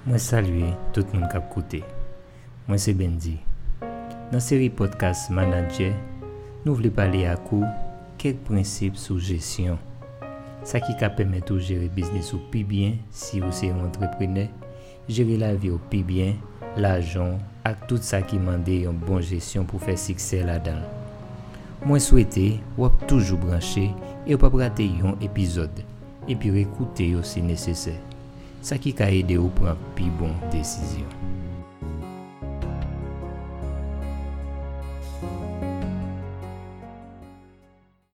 Moi saluer tout le monde qui a écouté. Moi c'est Bendy. Dans série podcast Manager, nous voulons parler à coup quelques principes sur gestion. Ça qui permet de gérer business ou plus bien si vous êtes un entrepreneur, gérer la vie ou plus bien, l'argent et tout ça qui demande une bonne gestion pour faire succès là-dedans. Moi souhaiter ou toujours branché et pas rater un épisode et puis écouter si nécessaire. Ça qui a aidé à prendre plus bonne décision.